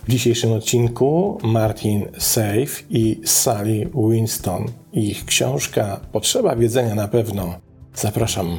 W dzisiejszym odcinku Martin Seif i Sally Winston. Ich książka Potrzeba wiedzenia na pewno. Zapraszam.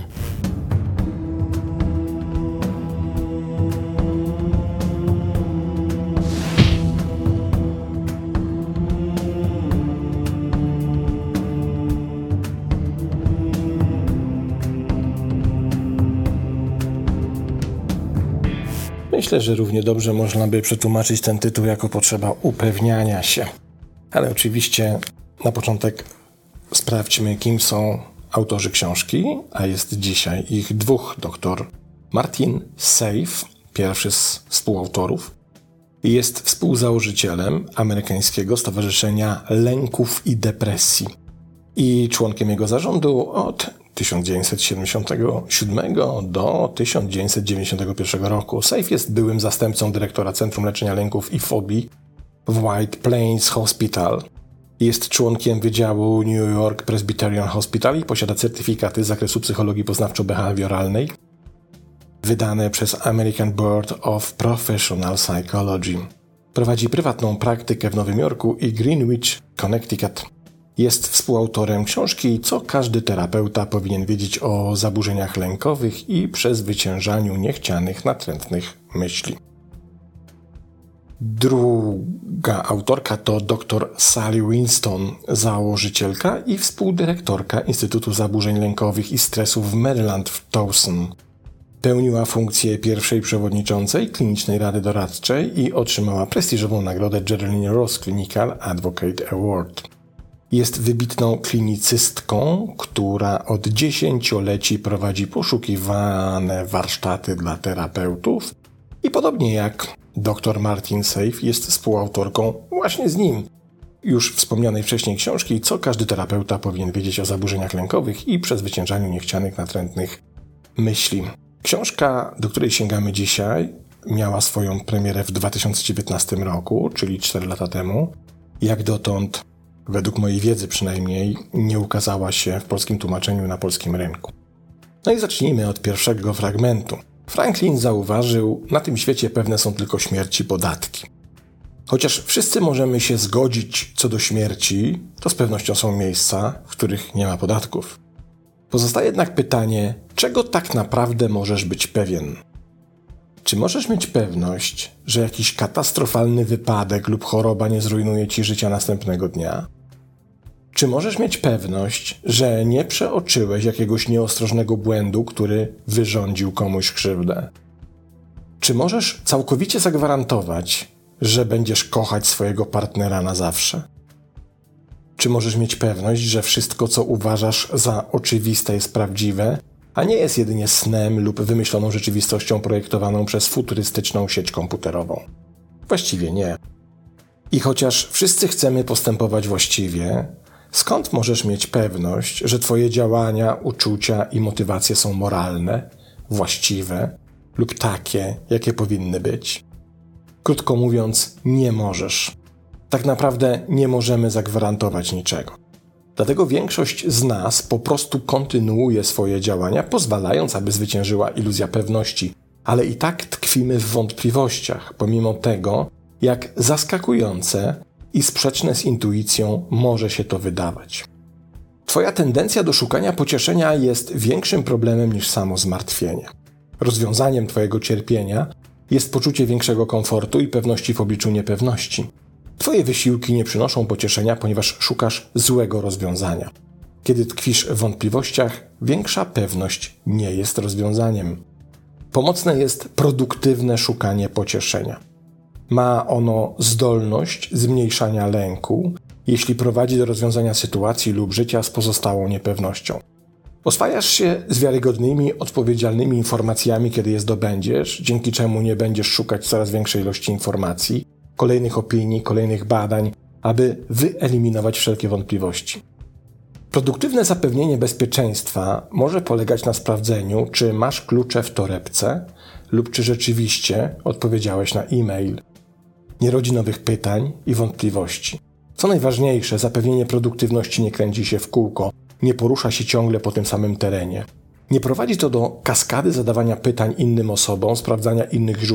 Myślę, że równie dobrze można by przetłumaczyć ten tytuł jako potrzeba upewniania się. Ale oczywiście na początek sprawdźmy, kim są autorzy książki, a jest dzisiaj ich dwóch. Dr Martin Seif, pierwszy z współautorów, jest współzałożycielem amerykańskiego Stowarzyszenia Lęków i Depresji i członkiem jego zarządu od 1977 do 1991 roku. Seif jest byłym zastępcą dyrektora Centrum Leczenia Lęków i Fobii w White Plains Hospital. Jest członkiem Wydziału New York Presbyterian Hospital i posiada certyfikaty z zakresu psychologii poznawczo-behawioralnej wydane przez American Board of Professional Psychology. Prowadzi prywatną praktykę w Nowym Jorku i Greenwich, Connecticut. Jest współautorem książki Co każdy terapeuta powinien wiedzieć o zaburzeniach lękowych i przezwyciężaniu niechcianych, natrętnych myśli. Druga autorka to dr Sally Winston, założycielka i współdyrektorka Instytutu Zaburzeń Lękowych i Stresu w Maryland w Towson. Pełniła funkcję pierwszej przewodniczącej Klinicznej Rady Doradczej i otrzymała prestiżową nagrodę Geraldine Ross Clinical Advocate Award. Jest wybitną klinicystką, która od 10-leci prowadzi poszukiwane warsztaty dla terapeutów i podobnie jak dr Martin Seif jest współautorką właśnie z nim już wspomnianej wcześniej książki Co każdy terapeuta powinien wiedzieć o zaburzeniach lękowych i przezwyciężaniu niechcianych, natrętnych myśli. Książka, do której sięgamy dzisiaj, miała swoją premierę w 2019 roku, czyli 4 lata temu. Jak dotąd, według mojej wiedzy przynajmniej, nie ukazała się w polskim tłumaczeniu na polskim rynku. No i zacznijmy od pierwszego fragmentu. Franklin zauważył, na tym świecie pewne są tylko śmierć i podatki. Chociaż wszyscy możemy się zgodzić co do śmierci, to z pewnością są miejsca, w których nie ma podatków. Pozostaje jednak pytanie, czego tak naprawdę możesz być pewien? Czy możesz mieć pewność, że jakiś katastrofalny wypadek lub choroba nie zrujnuje ci życia następnego dnia? Czy możesz mieć pewność, że nie przeoczyłeś jakiegoś nieostrożnego błędu, który wyrządził komuś krzywdę? Czy możesz całkowicie zagwarantować, że będziesz kochać swojego partnera na zawsze? Czy możesz mieć pewność, że wszystko, co uważasz za oczywiste, jest prawdziwe, a nie jest jedynie snem lub wymyśloną rzeczywistością projektowaną przez futurystyczną sieć komputerową? Właściwie nie. I chociaż wszyscy chcemy postępować właściwie, skąd możesz mieć pewność, że twoje działania, uczucia i motywacje są moralne, właściwe lub takie, jakie powinny być? Krótko mówiąc, nie możesz. Tak naprawdę nie możemy zagwarantować niczego. Dlatego większość z nas po prostu kontynuuje swoje działania, pozwalając, aby zwyciężyła iluzja pewności, ale i tak tkwimy w wątpliwościach, pomimo tego, jak zaskakujące i sprzeczne z intuicją może się to wydawać. Twoja tendencja do szukania pocieszenia jest większym problemem niż samo zmartwienie. Rozwiązaniem twojego cierpienia jest poczucie większego komfortu i pewności w obliczu niepewności. Twoje wysiłki nie przynoszą pocieszenia, ponieważ szukasz złego rozwiązania. Kiedy tkwisz w wątpliwościach, większa pewność nie jest rozwiązaniem. Pomocne jest produktywne szukanie pocieszenia. Ma ono zdolność zmniejszania lęku, jeśli prowadzi do rozwiązania sytuacji lub życia z pozostałą niepewnością. Oswajasz się z wiarygodnymi, odpowiedzialnymi informacjami, kiedy je zdobędziesz, dzięki czemu nie będziesz szukać coraz większej ilości informacji, kolejnych opinii, kolejnych badań, aby wyeliminować wszelkie wątpliwości. Produktywne zapewnienie bezpieczeństwa może polegać na sprawdzeniu, czy masz klucze w torebce lub czy rzeczywiście odpowiedziałeś na e-mail. Nie rodzi nowych pytań i wątpliwości. Co najważniejsze, zapewnienie produktywności nie kręci się w kółko, nie porusza się ciągle po tym samym terenie. Nie prowadzi to do kaskady zadawania pytań innym osobom, sprawdzania innych źródeł,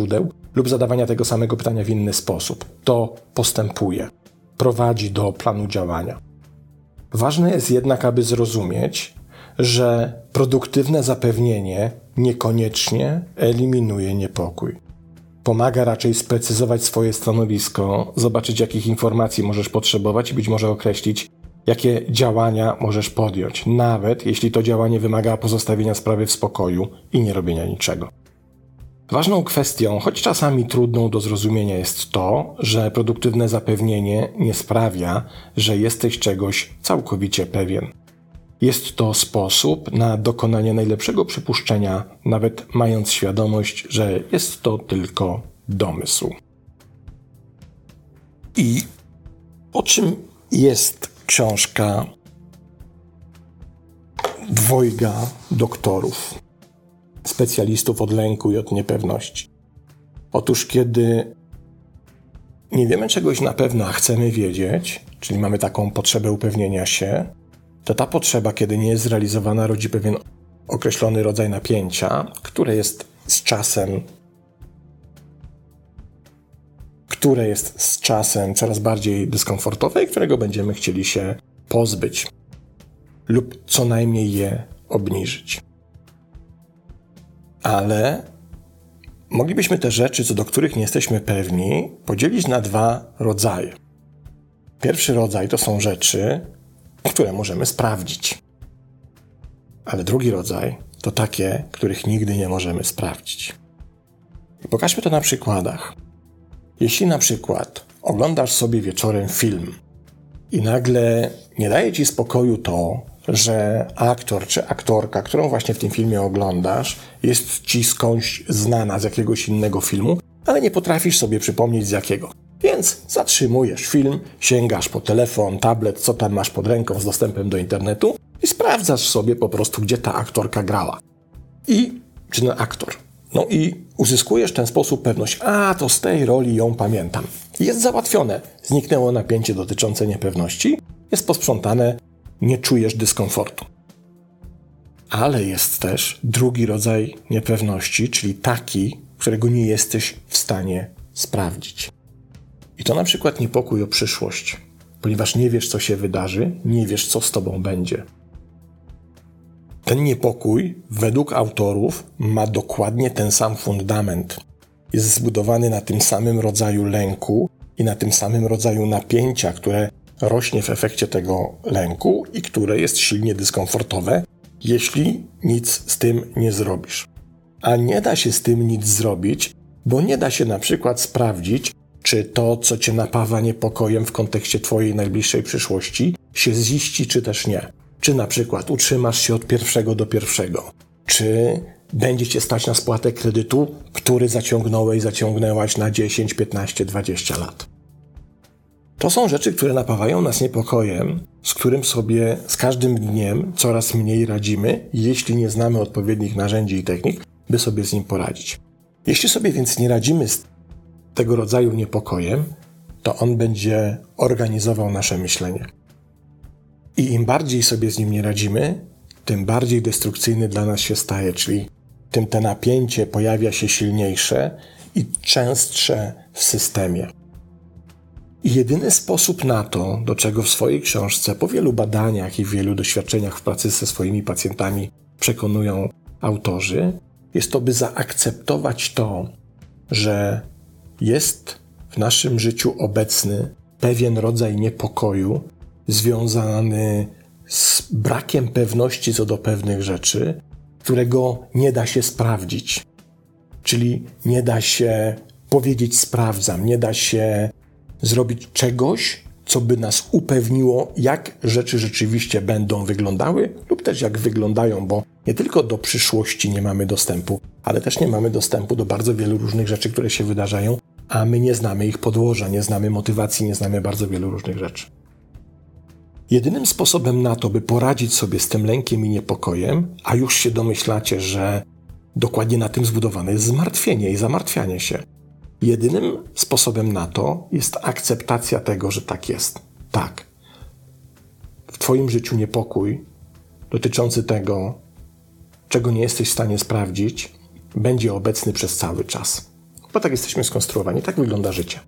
lub zadawania tego samego pytania w inny sposób. To postępuje, prowadzi do planu działania. Ważne jest jednak, aby zrozumieć, że produktywne zapewnienie niekoniecznie eliminuje niepokój. Pomaga raczej sprecyzować swoje stanowisko, zobaczyć, jakich informacji możesz potrzebować i być może określić, jakie działania możesz podjąć, nawet jeśli to działanie wymaga pozostawienia sprawy w spokoju i nie robienia niczego. Ważną kwestią, choć czasami trudną do zrozumienia, jest to, że produktywne zapewnienie nie sprawia, że jesteś czegoś całkowicie pewien. Jest to sposób na dokonanie najlepszego przypuszczenia, nawet mając świadomość, że jest to tylko domysł. I o czym jest książka dwojga doktorów, specjalistów od lęku i od niepewności? Otóż kiedy nie wiemy czegoś na pewno, a chcemy wiedzieć, czyli mamy taką potrzebę upewnienia się, to ta potrzeba, kiedy nie jest zrealizowana, rodzi pewien określony rodzaj napięcia, które jest z czasem coraz bardziej dyskomfortowe i którego będziemy chcieli się pozbyć lub co najmniej je obniżyć. Ale moglibyśmy te rzeczy, co do których nie jesteśmy pewni, podzielić na dwa rodzaje. Pierwszy rodzaj to są rzeczy, które możemy sprawdzić. Ale drugi rodzaj to takie, których nigdy nie możemy sprawdzić. I pokażmy to na przykładach. Jeśli na przykład oglądasz sobie wieczorem film i nagle nie daje ci spokoju to, że aktor czy aktorka, którą właśnie w tym filmie oglądasz, jest ci skądś znana z jakiegoś innego filmu, ale nie potrafisz sobie przypomnieć z jakiego. Więc zatrzymujesz film, sięgasz po telefon, tablet, co tam masz pod ręką z dostępem do internetu i sprawdzasz sobie po prostu, gdzie ta aktorka grała. Czy ten aktor. No i uzyskujesz w ten sposób pewność, to z tej roli ją pamiętam. Jest załatwione. Zniknęło napięcie dotyczące niepewności, jest posprzątane, nie czujesz dyskomfortu. Ale jest też drugi rodzaj niepewności, czyli taki, którego nie jesteś w stanie sprawdzić. I to na przykład niepokój o przyszłość, ponieważ nie wiesz, co się wydarzy, nie wiesz, co z tobą będzie. Ten niepokój, według autorów, ma dokładnie ten sam fundament. Jest zbudowany na tym samym rodzaju lęku i na tym samym rodzaju napięcia, które rośnie w efekcie tego lęku i które jest silnie dyskomfortowe, jeśli nic z tym nie zrobisz. A nie da się z tym nic zrobić, bo nie da się na przykład sprawdzić, czy to, co cię napawa niepokojem w kontekście twojej najbliższej przyszłości, się ziści, czy też nie. Czy na przykład utrzymasz się od pierwszego do pierwszego. Czy będzie cię stać na spłatę kredytu, który zaciągnęłaś na 10, 15, 20 lat. To są rzeczy, które napawają nas niepokojem, z którym sobie z każdym dniem coraz mniej radzimy, jeśli nie znamy odpowiednich narzędzi i technik, by sobie z nim poradzić. Jeśli sobie więc nie radzimy z tego rodzaju niepokojem, to on będzie organizował nasze myślenie. I im bardziej sobie z nim nie radzimy, tym bardziej destrukcyjny dla nas się staje, czyli tym te napięcie pojawia się silniejsze i częstsze w systemie. I jedyny sposób na to, do czego w swojej książce po wielu badaniach i wielu doświadczeniach w pracy ze swoimi pacjentami przekonują autorzy, jest to, by zaakceptować to, że jest w naszym życiu obecny pewien rodzaj niepokoju związany z brakiem pewności co do pewnych rzeczy, którego nie da się sprawdzić. Czyli nie da się powiedzieć sprawdzam, nie da się zrobić czegoś, co by nas upewniło, jak rzeczy rzeczywiście będą wyglądały lub też jak wyglądają, bo nie tylko do przyszłości nie mamy dostępu, ale też nie mamy dostępu do bardzo wielu różnych rzeczy, które się wydarzają, a my nie znamy ich podłoża, nie znamy motywacji, nie znamy bardzo wielu różnych rzeczy. Jedynym sposobem na to, by poradzić sobie z tym lękiem i niepokojem, a już się domyślacie, że dokładnie na tym zbudowane jest zmartwienie i zamartwianie się. Jedynym sposobem na to jest akceptacja tego, że tak jest. Tak. W twoim życiu niepokój dotyczący tego, czego nie jesteś w stanie sprawdzić, będzie obecny przez cały czas. Bo tak jesteśmy skonstruowani, tak wygląda życie.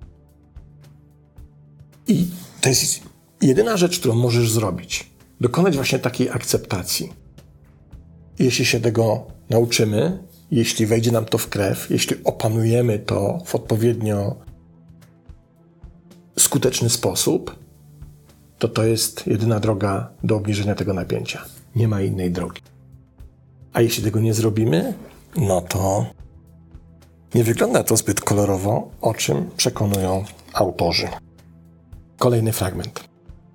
I to jest jedyna rzecz, którą możesz zrobić. Dokonać właśnie takiej akceptacji. Jeśli się tego nauczymy, jeśli wejdzie nam to w krew, jeśli opanujemy to w odpowiednio skuteczny sposób, to jest jedyna droga do obniżenia tego napięcia. Nie ma innej drogi. A jeśli tego nie zrobimy, no to nie wygląda to zbyt kolorowo, o czym przekonują autorzy. Kolejny fragment.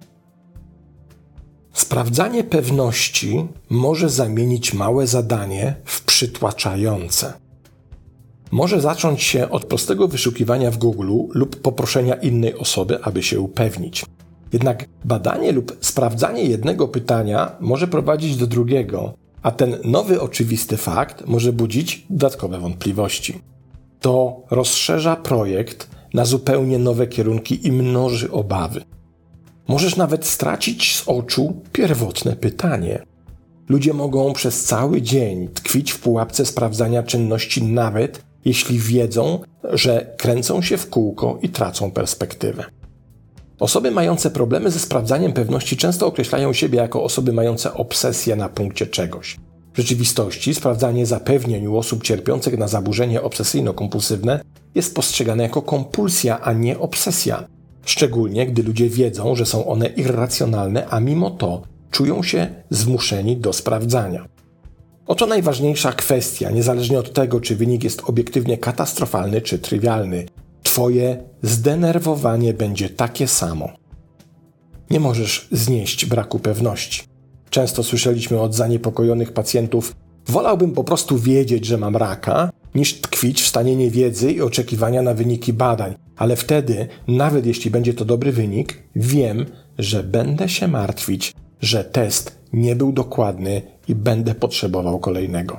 Sprawdzanie pewności może zamienić małe zadanie w przytłaczające. Może zacząć się od prostego wyszukiwania w Google lub poproszenia innej osoby, aby się upewnić. Jednak badanie lub sprawdzanie jednego pytania może prowadzić do drugiego, a ten nowy oczywisty fakt może budzić dodatkowe wątpliwości. To rozszerza projekt na zupełnie nowe kierunki i mnoży obawy. Możesz nawet stracić z oczu pierwotne pytanie. Ludzie mogą przez cały dzień tkwić w pułapce sprawdzania czynności, nawet jeśli wiedzą, że kręcą się w kółko i tracą perspektywę. Osoby mające problemy ze sprawdzaniem pewności często określają siebie jako osoby mające obsesję na punkcie czegoś. W rzeczywistości sprawdzanie zapewnień u osób cierpiących na zaburzenie obsesyjno-kompulsywne jest postrzegane jako kompulsja, a nie obsesja. Szczególnie, gdy ludzie wiedzą, że są one irracjonalne, a mimo to czują się zmuszeni do sprawdzania. Oto najważniejsza kwestia, niezależnie od tego, czy wynik jest obiektywnie katastrofalny czy trywialny. Twoje zdenerwowanie będzie takie samo. Nie możesz znieść braku pewności. Często słyszeliśmy od zaniepokojonych pacjentów: wolałbym po prostu wiedzieć, że mam raka, niż tkwić w stanie niewiedzy i oczekiwania na wyniki badań. Ale wtedy, nawet jeśli będzie to dobry wynik, wiem, że będę się martwić, że test nie był dokładny i będę potrzebował kolejnego.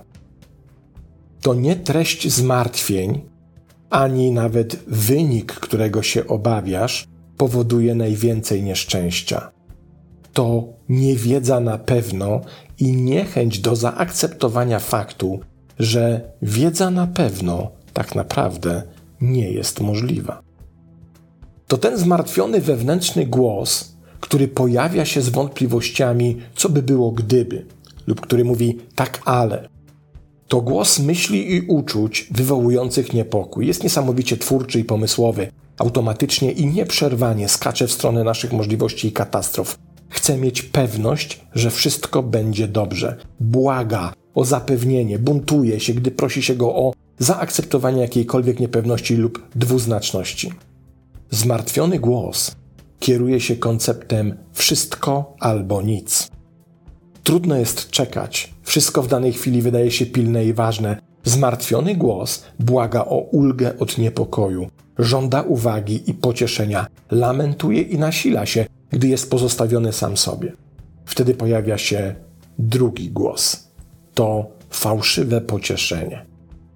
To nie treść zmartwień, ani nawet wynik, którego się obawiasz, powoduje najwięcej nieszczęścia. To niewiedza na pewno i niechęć do zaakceptowania faktu, że wiedza na pewno tak naprawdę nie jest możliwa. To ten zmartwiony wewnętrzny głos, który pojawia się z wątpliwościami, co by było gdyby, lub który mówi tak, ale. To głos myśli i uczuć wywołujących niepokój. Jest niesamowicie twórczy i pomysłowy. Automatycznie i nieprzerwanie skacze w stronę naszych możliwości i katastrof. Chce mieć pewność, że wszystko będzie dobrze. Błaga o zapewnienie, buntuje się, gdy prosi się go o zaakceptowanie jakiejkolwiek niepewności lub dwuznaczności. Zmartwiony głos kieruje się konceptem wszystko albo nic. Trudno jest czekać. Wszystko w danej chwili wydaje się pilne i ważne. Zmartwiony głos błaga o ulgę od niepokoju, żąda uwagi i pocieszenia, lamentuje i nasila się, gdy jest pozostawiony sam sobie. Wtedy pojawia się drugi głos. To fałszywe pocieszenie.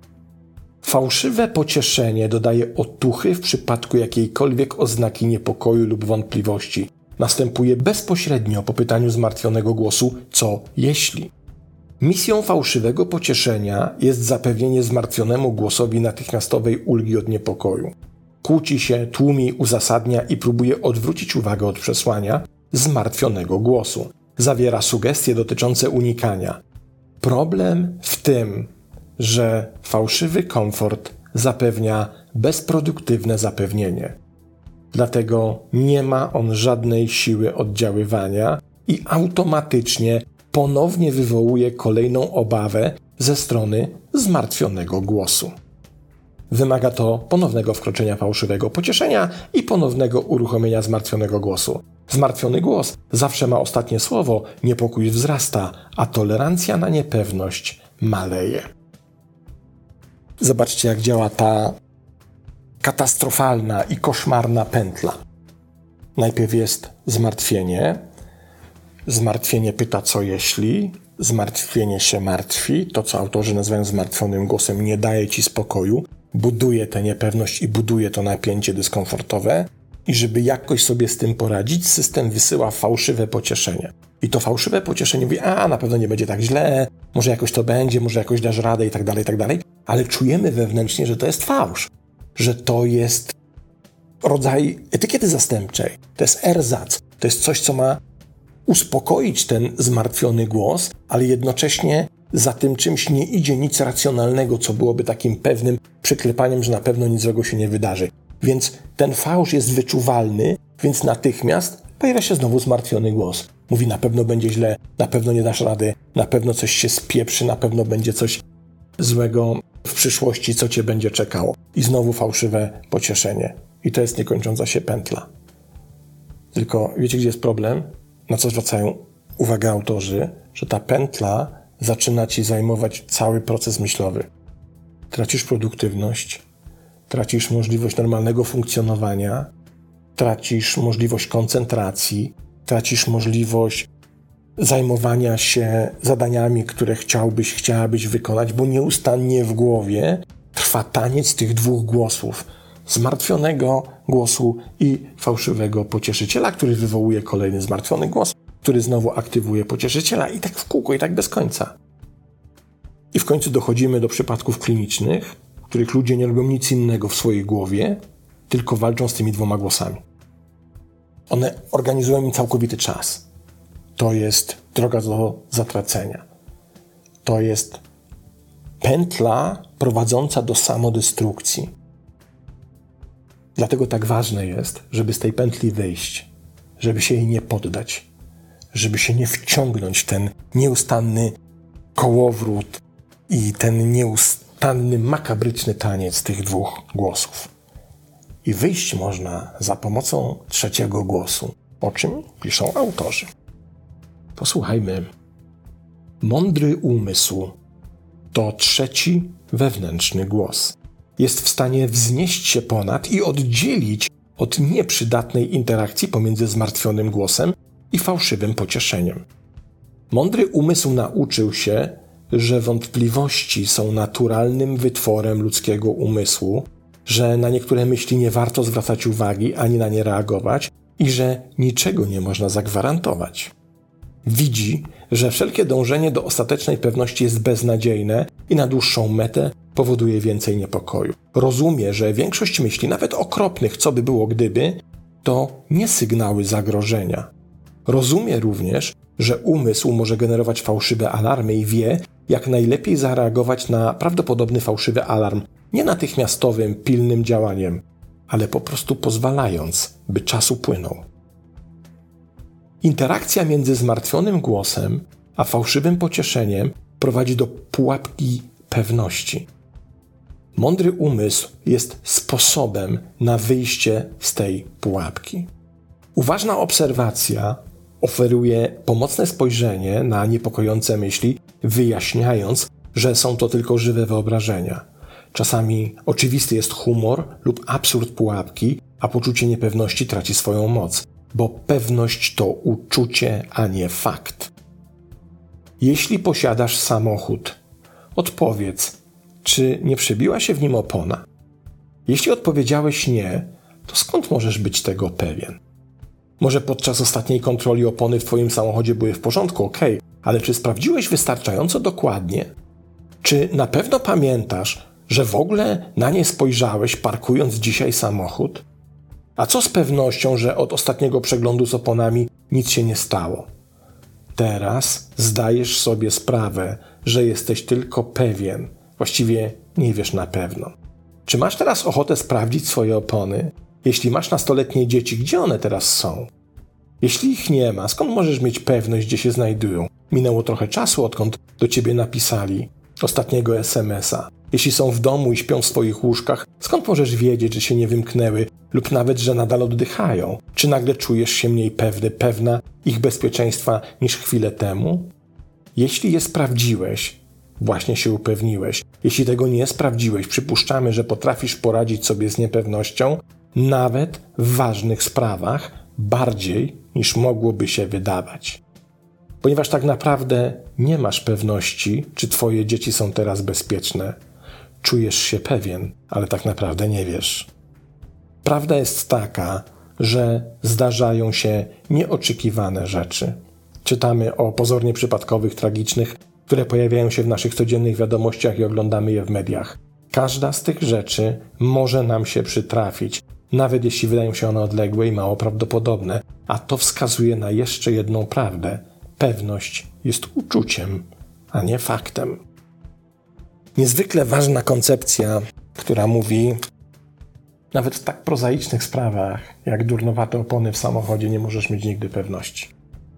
Fałszywe pocieszenie dodaje otuchy w przypadku jakiejkolwiek oznaki niepokoju lub wątpliwości. Następuje bezpośrednio po pytaniu zmartwionego głosu co jeśli. Misją fałszywego pocieszenia jest zapewnienie zmartwionemu głosowi natychmiastowej ulgi od niepokoju. Kłóci się, tłumi, uzasadnia i próbuje odwrócić uwagę od przesłania zmartwionego głosu. Zawiera sugestie dotyczące unikania. Problem w tym, że fałszywy komfort zapewnia bezproduktywne zapewnienie. Dlatego nie ma on żadnej siły oddziaływania i automatycznie ponownie wywołuje kolejną obawę ze strony zmartwionego głosu. Wymaga to ponownego wkroczenia fałszywego pocieszenia i ponownego uruchomienia zmartwionego głosu. Zmartwiony głos zawsze ma ostatnie słowo, niepokój wzrasta, a tolerancja na niepewność maleje. Zobaczcie, jak działa ta katastrofalna i koszmarna pętla. Najpierw jest zmartwienie. Zmartwienie pyta, co jeśli. Zmartwienie się martwi. To, co autorzy nazywają zmartwionym głosem, nie daje ci spokoju. Buduje tę niepewność i buduje to napięcie dyskomfortowe. I żeby jakoś sobie z tym poradzić, system wysyła fałszywe pocieszenie. I to fałszywe pocieszenie mówi, na pewno nie będzie tak źle, może jakoś to będzie, może jakoś dasz radę i tak dalej, i tak dalej. ale czujemy wewnętrznie, że to jest fałsz, że to jest rodzaj etykiety zastępczej, to jest ersatz, to jest coś, co ma uspokoić ten zmartwiony głos, ale jednocześnie za tym czymś nie idzie nic racjonalnego, co byłoby takim pewnym przyklepaniem, że na pewno nic złego się nie wydarzy. Więc ten fałsz jest wyczuwalny, więc natychmiast pojawia się znowu zmartwiony głos. Mówi, na pewno będzie źle, na pewno nie dasz rady, na pewno coś się spieprzy, na pewno będzie coś złego w przyszłości, co cię będzie czekało. I znowu fałszywe pocieszenie. I to jest niekończąca się pętla. Tylko wiecie, gdzie jest problem? Na co zwracają uwagę autorzy? Że ta pętla zaczyna ci zajmować cały proces myślowy. Tracisz produktywność, tracisz możliwość normalnego funkcjonowania, tracisz możliwość koncentracji, tracisz możliwość zajmowania się zadaniami, które chciałabyś wykonać, bo nieustannie w głowie trwa taniec tych dwóch głosów. Zmartwionego głosu i fałszywego pocieszyciela, który wywołuje kolejny zmartwiony głos, który znowu aktywuje pocieszyciela i tak w kółko, i tak bez końca. I w końcu dochodzimy do przypadków klinicznych, w których ludzie nie robią nic innego w swojej głowie, tylko walczą z tymi dwoma głosami. One organizują im całkowity czas. To jest droga do zatracenia. To jest pętla prowadząca do samodestrukcji. Dlatego tak ważne jest, żeby z tej pętli wyjść, żeby się jej nie poddać, żeby się nie wciągnąć w ten nieustanny kołowrót i ten nieustanny, makabryczny taniec tych dwóch głosów. I wyjść można za pomocą trzeciego głosu, o czym piszą autorzy. Posłuchajmy. Mądry umysł to trzeci wewnętrzny głos. Jest w stanie wznieść się ponad i oddzielić od nieprzydatnej interakcji pomiędzy zmartwionym głosem i fałszywym pocieszeniem. Mądry umysł nauczył się, że wątpliwości są naturalnym wytworem ludzkiego umysłu, że na niektóre myśli nie warto zwracać uwagi ani na nie reagować i że niczego nie można zagwarantować. Widzi, że wszelkie dążenie do ostatecznej pewności jest beznadziejne i na dłuższą metę powoduje więcej niepokoju. Rozumie, że większość myśli, nawet okropnych, co by było gdyby, to nie sygnały zagrożenia. Rozumie również, że umysł może generować fałszywe alarmy i wie, jak najlepiej zareagować na prawdopodobny fałszywy alarm, nie natychmiastowym, pilnym działaniem, ale po prostu pozwalając, by czas upłynął. Interakcja między zmartwionym głosem a fałszywym pocieszeniem prowadzi do pułapki pewności. Mądry umysł jest sposobem na wyjście z tej pułapki. Uważna obserwacja oferuje pomocne spojrzenie na niepokojące myśli, wyjaśniając, że są to tylko żywe wyobrażenia. Czasami oczywisty jest humor lub absurd pułapki, a poczucie niepewności traci swoją moc, bo pewność to uczucie, a nie fakt. Jeśli posiadasz samochód, odpowiedz, czy nie przebiła się w nim opona? Jeśli odpowiedziałeś nie, to skąd możesz być tego pewien? Może podczas ostatniej kontroli opony w twoim samochodzie były w porządku, okej, ale czy sprawdziłeś wystarczająco dokładnie? Czy na pewno pamiętasz, że w ogóle na nie spojrzałeś, parkując dzisiaj samochód? A co z pewnością, że od ostatniego przeglądu z oponami nic się nie stało? Teraz zdajesz sobie sprawę, że jesteś tylko pewien, właściwie nie wiesz na pewno. Czy masz teraz ochotę sprawdzić swoje opony? Jeśli masz nastoletnie dzieci, gdzie one teraz są? Jeśli ich nie ma, skąd możesz mieć pewność, gdzie się znajdują? Minęło trochę czasu, odkąd do ciebie napisali ostatniego SMS-a. Jeśli są w domu i śpią w swoich łóżkach, skąd możesz wiedzieć, że się nie wymknęły lub nawet, że nadal oddychają? Czy nagle czujesz się mniej pewna ich bezpieczeństwa niż chwilę temu? Jeśli je sprawdziłeś, właśnie się upewniłeś. Jeśli tego nie sprawdziłeś, przypuszczamy, że potrafisz poradzić sobie z niepewnością, nawet w ważnych sprawach, bardziej niż mogłoby się wydawać. Ponieważ tak naprawdę nie masz pewności, czy twoje dzieci są teraz bezpieczne. Czujesz się pewien, ale tak naprawdę nie wiesz. Prawda jest taka, że zdarzają się nieoczekiwane rzeczy. Czytamy o pozornie przypadkowych, tragicznych które pojawiają się w naszych codziennych wiadomościach i oglądamy je w mediach. Każda z tych rzeczy może nam się przytrafić, nawet jeśli wydają się one odległe i mało prawdopodobne, a to wskazuje na jeszcze jedną prawdę. Pewność jest uczuciem, a nie faktem. Niezwykle ważna koncepcja, która mówi, nawet w tak prozaicznych sprawach, jak durnowate opony w samochodzie, nie możesz mieć nigdy pewności.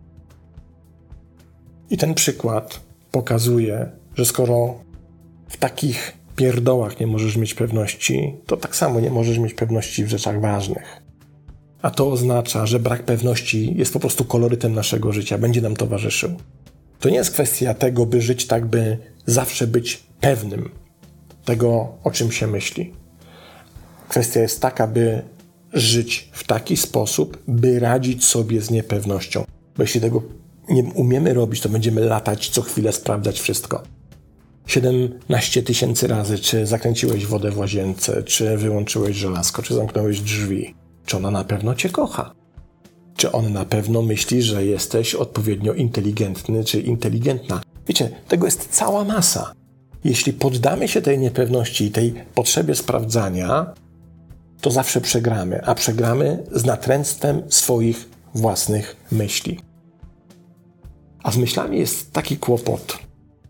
I ten przykład pokazuje, że skoro w takich pierdołach nie możesz mieć pewności, to tak samo nie możesz mieć pewności w rzeczach ważnych. A to oznacza, że brak pewności jest po prostu kolorytem naszego życia, będzie nam towarzyszył. To nie jest kwestia tego, by żyć tak, by zawsze być pewnym tego, o czym się myśli. Kwestia jest taka, by żyć w taki sposób, by radzić sobie z niepewnością. Bo jeśli tego nie umiemy robić, to będziemy latać co chwilę, sprawdzać wszystko. 17 000 razy, czy zakręciłeś wodę w łazience, czy wyłączyłeś żelazko, czy zamknąłeś drzwi. Czy ona na pewno cię kocha? Czy on na pewno myśli, że jesteś odpowiednio inteligentny, czy inteligentna? Wiecie, tego jest cała masa. Jeśli poddamy się tej niepewności i tej potrzebie sprawdzania, to zawsze przegramy, a przegramy z natręctwem swoich własnych myśli. A z myślami jest taki kłopot,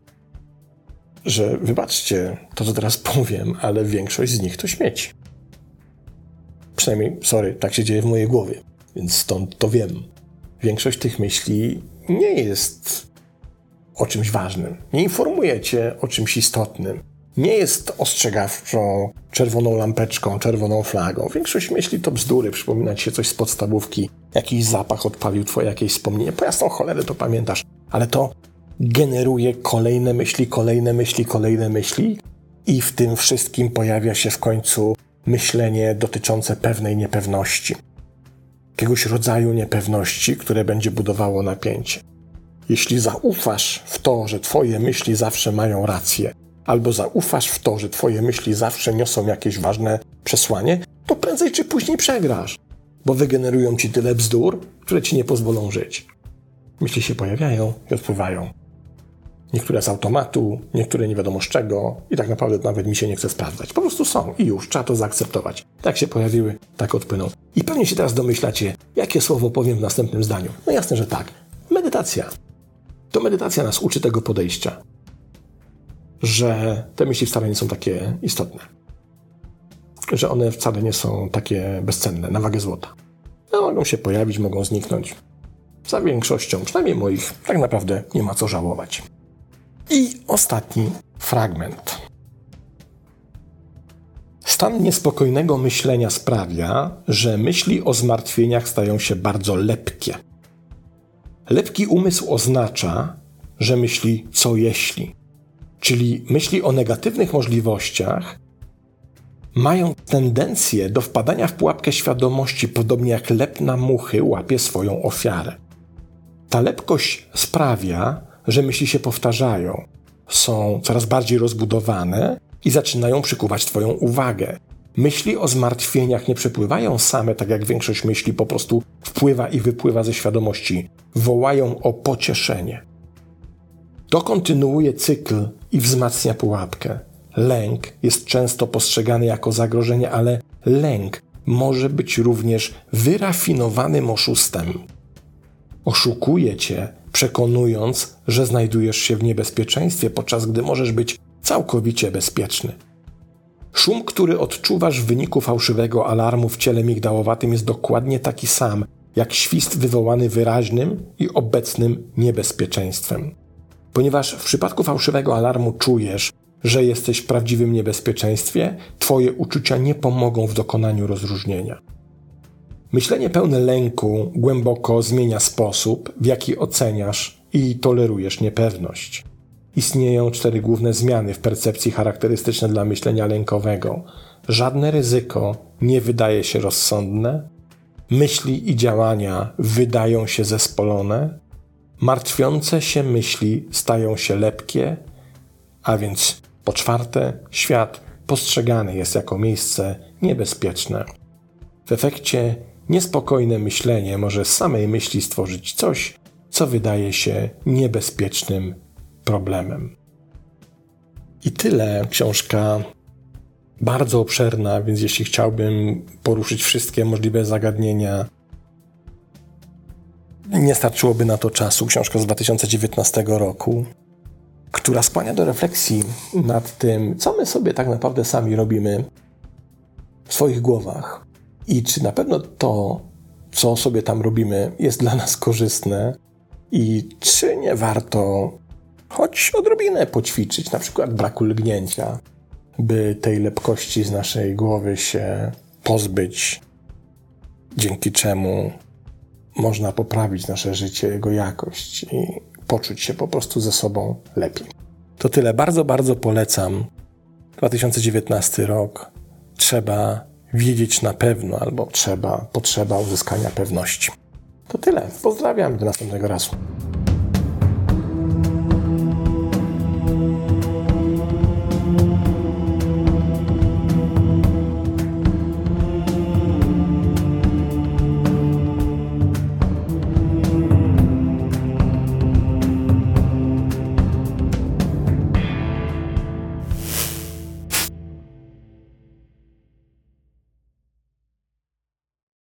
że wybaczcie to, co teraz powiem, ale większość z nich to śmieci. Przynajmniej, tak się dzieje w mojej głowie, więc stąd to wiem. Większość tych myśli nie jest o czymś ważnym, nie informuje cię o czymś istotnym, nie jest ostrzegawczą, czerwoną lampeczką, czerwoną flagą. Większość myśli to bzdury, przypomina ci się coś z podstawówki, jakiś zapach odpalił twoje jakieś wspomnienie, po jasną cholerę to pamiętasz, ale to generuje kolejne myśli i w tym wszystkim pojawia się w końcu myślenie dotyczące pewnej niepewności. Jakiegoś rodzaju niepewności, które będzie budowało napięcie. Jeśli zaufasz w to, że twoje myśli zawsze mają rację, albo zaufasz w to, że twoje myśli zawsze niosą jakieś ważne przesłanie, to prędzej czy później przegrasz, bo wygenerują ci tyle bzdur, które ci nie pozwolą żyć. Myśli się pojawiają i odpływają. Niektóre z automatu, niektóre nie wiadomo z czego i tak naprawdę nawet mi się nie chce sprawdzać. Po prostu są i już, trzeba to zaakceptować. Tak się pojawiły, tak odpłyną. I pewnie się teraz domyślacie, jakie słowo powiem w następnym zdaniu. No jasne, że tak. Medytacja. To medytacja nas uczy tego podejścia, że te myśli wcale nie są takie istotne. Że one wcale nie są takie bezcenne, na wagę złota. No, mogą się pojawić, mogą zniknąć. Za większością, przynajmniej moich, tak naprawdę nie ma co żałować. I ostatni fragment. Stan niespokojnego myślenia sprawia, że myśli o zmartwieniach stają się bardzo lepkie. Lepki umysł oznacza, że myśli co jeśli, czyli myśli o negatywnych możliwościach mają tendencję do wpadania w pułapkę świadomości, podobnie jak lep na muchy łapie swoją ofiarę. Ta lepkość sprawia, że myśli się powtarzają, są coraz bardziej rozbudowane i zaczynają przykuwać twoją uwagę. Myśli o zmartwieniach nie przepływają same, tak jak większość myśli po prostu wpływa i wypływa ze świadomości. Wołają o pocieszenie. To kontynuuje cykl i wzmacnia pułapkę. Lęk jest często postrzegany jako zagrożenie, ale lęk może być również wyrafinowanym oszustem. Oszukuje cię, przekonując, że znajdujesz się w niebezpieczeństwie, podczas gdy możesz być całkowicie bezpieczny. Szum, który odczuwasz w wyniku fałszywego alarmu w ciele migdałowatym, jest dokładnie taki sam, jak świst wywołany wyraźnym i obecnym niebezpieczeństwem. Ponieważ w przypadku fałszywego alarmu czujesz, że jesteś w prawdziwym niebezpieczeństwie, twoje uczucia nie pomogą w dokonaniu rozróżnienia. Myślenie pełne lęku głęboko zmienia sposób, w jaki oceniasz i tolerujesz niepewność. Istnieją 4 główne zmiany w percepcji charakterystyczne dla myślenia lękowego. Żadne ryzyko nie wydaje się rozsądne, myśli i działania wydają się zespolone, martwiące się myśli stają się lepkie, a więc po 4, świat postrzegany jest jako miejsce niebezpieczne. W efekcie niespokojne myślenie może z samej myśli stworzyć coś, co wydaje się niebezpiecznym problemem. I tyle. Książka bardzo obszerna, więc jeśli chciałbym poruszyć wszystkie możliwe zagadnienia, nie starczyłoby na to czasu. Książka z 2019 roku, która skłania do refleksji nad tym, co my sobie tak naprawdę sami robimy w swoich głowach i czy na pewno to, co sobie tam robimy, jest dla nas korzystne i czy nie warto choć odrobinę poćwiczyć, na przykład braku lgnięcia, by tej lepkości z naszej głowy się pozbyć, dzięki czemu można poprawić nasze życie, jego jakość i poczuć się po prostu ze sobą lepiej. To tyle. Bardzo, bardzo polecam. 2019 rok. Trzeba wiedzieć na pewno, albo potrzeba uzyskania pewności. To tyle. Pozdrawiam. Do następnego razu.